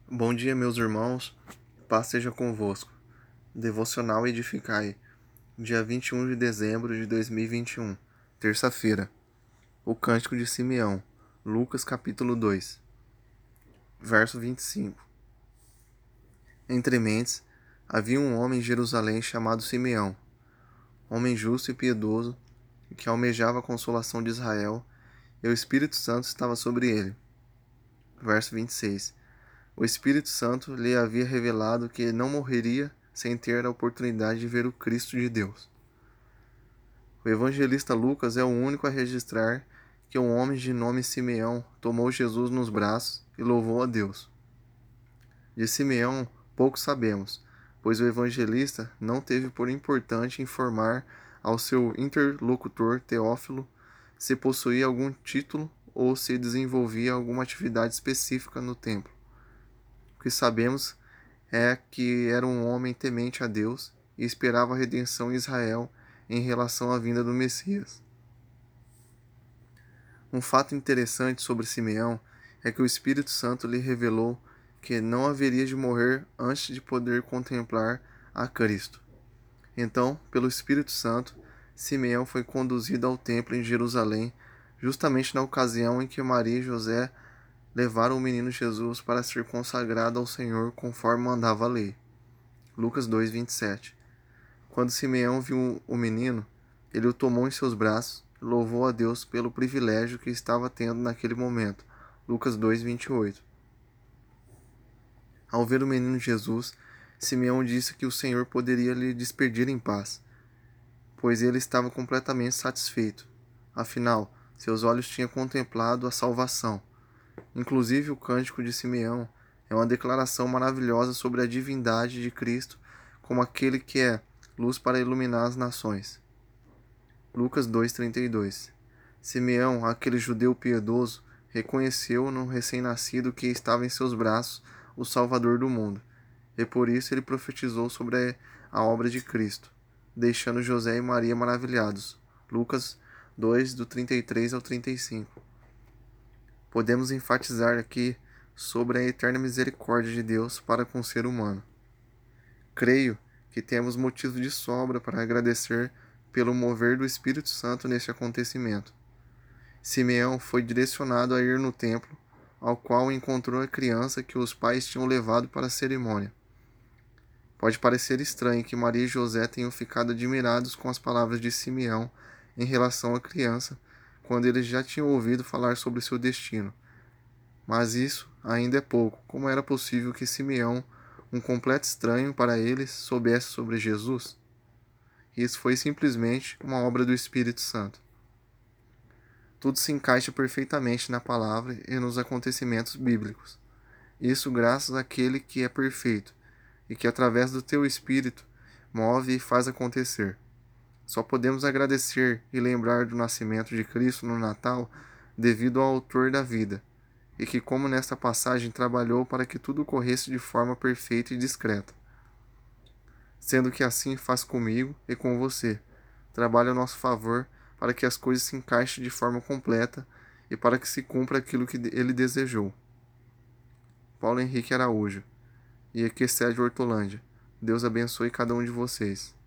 Bom dia, meus irmãos, paz seja convosco. Devocional Edificai, dia 21 de dezembro de 2021, terça-feira. O Cântico de Simeão, Lucas capítulo 2, verso 25. Entre mentes, havia um homem em Jerusalém chamado Simeão, homem justo e piedoso, que almejava a consolação de Israel, e o Espírito Santo estava sobre ele. Verso 26. O Espírito Santo lhe havia revelado que não morreria sem ter a oportunidade de ver o Cristo de Deus. O evangelista Lucas é o único a registrar que um homem de nome Simeão tomou Jesus nos braços e louvou a Deus. De Simeão pouco sabemos, pois o evangelista não teve por importante informar ao seu interlocutor Teófilo se possuía algum título ou se desenvolvia alguma atividade específica no templo. O que sabemos é que era um homem temente a Deus e esperava a redenção em Israel em relação à vinda do Messias. Um fato interessante sobre Simeão é que o Espírito Santo lhe revelou que não haveria de morrer antes de poder contemplar a Cristo. Então, pelo Espírito Santo, Simeão foi conduzido ao templo em Jerusalém, justamente na ocasião em que Maria e José levaram o menino Jesus para ser consagrado ao Senhor conforme mandava a lei. Lucas 2:27. Quando Simeão viu o menino, ele o tomou em seus braços e louvou a Deus pelo privilégio que estava tendo naquele momento. Lucas 2:28. Ao ver o menino Jesus, Simeão disse que o Senhor poderia lhe despedir em paz, pois ele estava completamente satisfeito. Afinal, seus olhos tinham contemplado a salvação. Inclusive, o cântico de Simeão é uma declaração maravilhosa sobre a divindade de Cristo como aquele que é luz para iluminar as nações. Lucas 2:32. Simeão, aquele judeu piedoso, reconheceu no recém-nascido que estava em seus braços o Salvador do mundo, e por isso ele profetizou sobre a obra de Cristo, deixando José e Maria maravilhados. Lucas 2, do 33 ao 35. Podemos enfatizar aqui sobre a eterna misericórdia de Deus para com o ser humano. Creio que temos motivo de sobra para agradecer pelo mover do Espírito Santo neste acontecimento. Simeão foi direcionado a ir no templo, ao qual encontrou a criança que os pais tinham levado para a cerimônia. Pode parecer estranho que Maria e José tenham ficado admirados com as palavras de Simeão em relação à criança, quando eles já tinham ouvido falar sobre seu destino. Mas isso ainda é pouco. Como era possível que Simeão, um completo estranho para eles, soubesse sobre Jesus? Isso foi simplesmente uma obra do Espírito Santo. Tudo se encaixa perfeitamente na palavra e nos acontecimentos bíblicos. Isso graças àquele que é perfeito e que, através do teu Espírito, move e faz acontecer. Só podemos agradecer e lembrar do nascimento de Cristo no Natal devido ao Autor da vida, e que, como nesta passagem, trabalhou para que tudo corresse de forma perfeita e discreta. Sendo que assim faz comigo e com você. Trabalha a nosso favor para que as coisas se encaixem de forma completa e para que se cumpra aquilo que ele desejou. Paulo Henrique Araújo e Equecédio Hortolândia. Deus abençoe cada um de vocês.